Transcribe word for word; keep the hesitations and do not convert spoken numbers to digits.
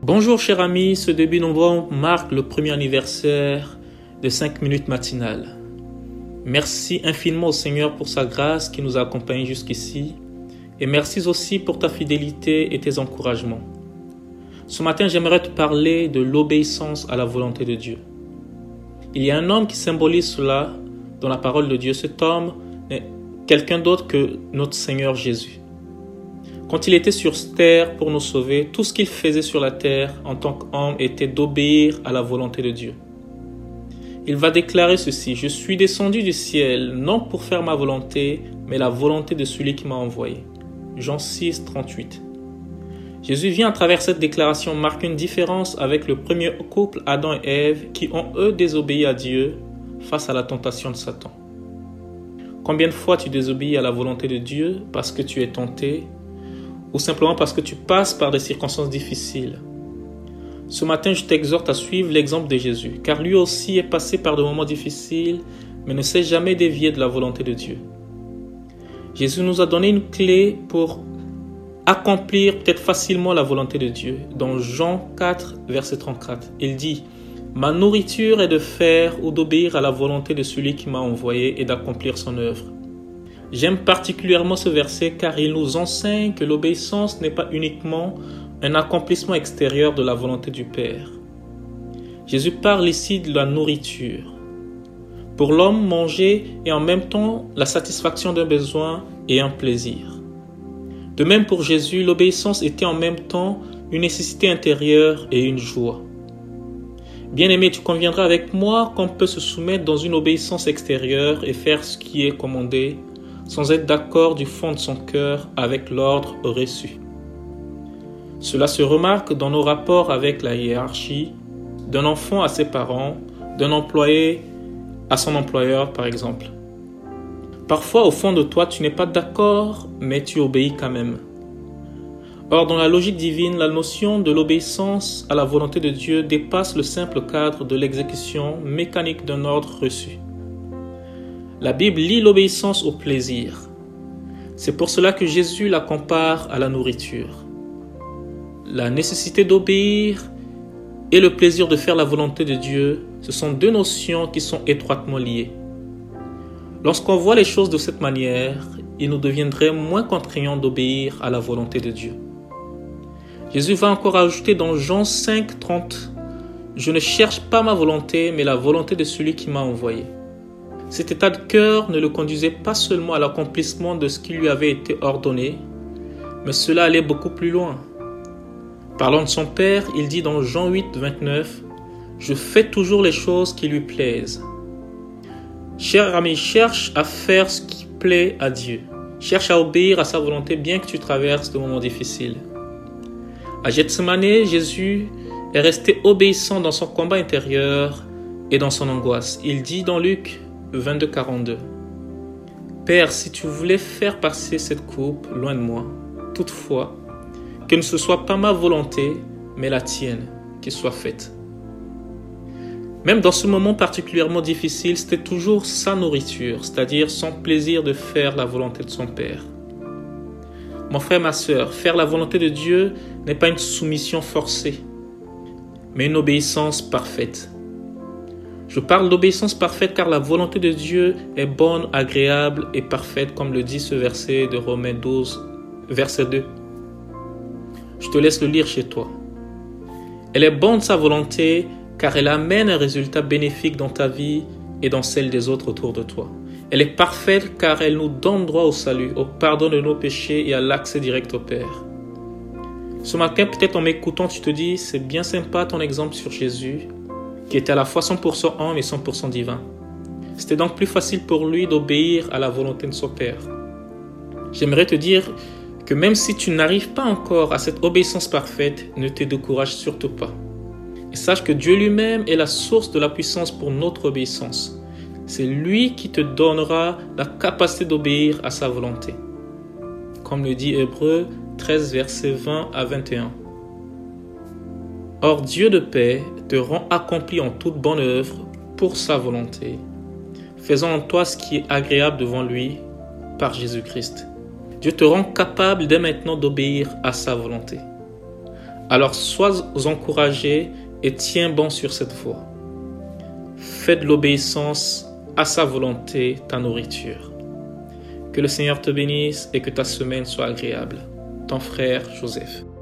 Bonjour chers amis, ce début novembre marque le premier anniversaire de cinq minutes matinales. Merci infiniment au Seigneur pour sa grâce qui nous a accompagnés jusqu'ici et merci aussi pour ta fidélité et tes encouragements. Ce matin, j'aimerais te parler de l'obéissance à la volonté de Dieu. Il y a un homme qui symbolise cela dans la parole de Dieu. Cet homme est quelqu'un d'autre que notre Seigneur Jésus. Quand il était sur terre pour nous sauver, tout ce qu'il faisait sur la terre en tant qu'homme était d'obéir à la volonté de Dieu. Il va déclarer ceci: « Je suis descendu du ciel, non pour faire ma volonté, mais la volonté de celui qui m'a envoyé. » Jean six, trente-huit. Jésus vient à travers cette déclaration marquer une différence avec le premier couple, Adam et Ève, qui ont eux désobéi à Dieu face à la tentation de Satan. Combien de fois tu désobéis à la volonté de Dieu parce que tu es tenté ou simplement parce que tu passes par des circonstances difficiles? Ce matin, je t'exhorte à suivre l'exemple de Jésus, car lui aussi est passé par de moments difficiles, mais ne s'est jamais dévié de la volonté de Dieu. Jésus nous a donné une clé pour accomplir peut-être facilement la volonté de Dieu. Dans Jean quatre, verset trente-quatre, il dit « Ma nourriture est de faire ou d'obéir à la volonté de celui qui m'a envoyé et d'accomplir son œuvre. » J'aime particulièrement ce verset car il nous enseigne que l'obéissance n'est pas uniquement un accomplissement extérieur de la volonté du Père. Jésus parle ici de la nourriture. Pour l'homme, manger est en même temps la satisfaction d'un besoin et un plaisir. De même pour Jésus, l'obéissance était en même temps une nécessité intérieure et une joie. Bien-aimé, tu conviendras avec moi qu'on peut se soumettre dans une obéissance extérieure et faire ce qui est commandé, sans être d'accord du fond de son cœur avec l'ordre reçu. Cela se remarque dans nos rapports avec la hiérarchie, d'un enfant à ses parents, d'un employé à son employeur par exemple. Parfois, au fond de toi, tu n'es pas d'accord, mais tu obéis quand même. Or, dans la logique divine, la notion de l'obéissance à la volonté de Dieu dépasse le simple cadre de l'exécution mécanique d'un ordre reçu. La Bible lie l'obéissance au plaisir. C'est pour cela que Jésus la compare à la nourriture. La nécessité d'obéir et le plaisir de faire la volonté de Dieu, ce sont deux notions qui sont étroitement liées. Lorsqu'on voit les choses de cette manière, il nous deviendrait moins contraignant d'obéir à la volonté de Dieu. Jésus va encore ajouter dans Jean cinq, trente, « Je ne cherche pas ma volonté, mais la volonté de celui qui m'a envoyé. » Cet état de cœur ne le conduisait pas seulement à l'accomplissement de ce qui lui avait été ordonné, mais cela allait beaucoup plus loin. Parlant de son Père, il dit dans Jean huit, vingt-neuf, « Je fais toujours les choses qui lui plaisent. » Cher ami, cherche à faire ce qui plaît à Dieu. Cherche à obéir à sa volonté bien que tu traverses de moments difficiles. À Gethsemane, Jésus est resté obéissant dans son combat intérieur et dans son angoisse. Il dit dans Luc vingt-deux, quarante-deux, « Père, si tu voulais faire passer cette coupe loin de moi, toutefois, que ne ce soit pas ma volonté, mais la tienne qui soit faite. » Même dans ce moment particulièrement difficile, c'était toujours sa nourriture, c'est-à-dire son plaisir de faire la volonté de son Père. Mon frère, ma sœur, faire la volonté de Dieu n'est pas une soumission forcée, mais une obéissance parfaite. Je parle d'obéissance parfaite car la volonté de Dieu est bonne, agréable et parfaite, comme le dit ce verset de Romains douze, verset deux. Je te laisse le lire chez toi. Elle est bonne sa volonté car elle amène un résultat bénéfique dans ta vie et dans celle des autres autour de toi. Elle est parfaite car elle nous donne droit au salut, au pardon de nos péchés et à l'accès direct au Père. Ce matin, peut-être en m'écoutant, tu te dis, c'est bien sympa ton exemple sur Jésus, qui était à la fois cent pour cent homme et cent pour cent divin. C'était donc plus facile pour lui d'obéir à la volonté de son Père. J'aimerais te dire que même si tu n'arrives pas encore à cette obéissance parfaite, ne te décourage surtout pas. Et sache que Dieu lui-même est la source de la puissance pour notre obéissance. C'est lui qui te donnera la capacité d'obéir à sa volonté. Comme le dit Hébreux treize, versets vingt à vingt et un. Or, Dieu de paix te rend accompli en toute bonne œuvre pour sa volonté, faisant en toi ce qui est agréable devant lui par Jésus-Christ. Dieu te rend capable dès maintenant d'obéir à sa volonté. Alors sois encouragé et tiens bon sur cette voie. Fais de l'obéissance à sa volonté ta nourriture. Que le Seigneur te bénisse et que ta semaine soit agréable. Ton frère Joseph.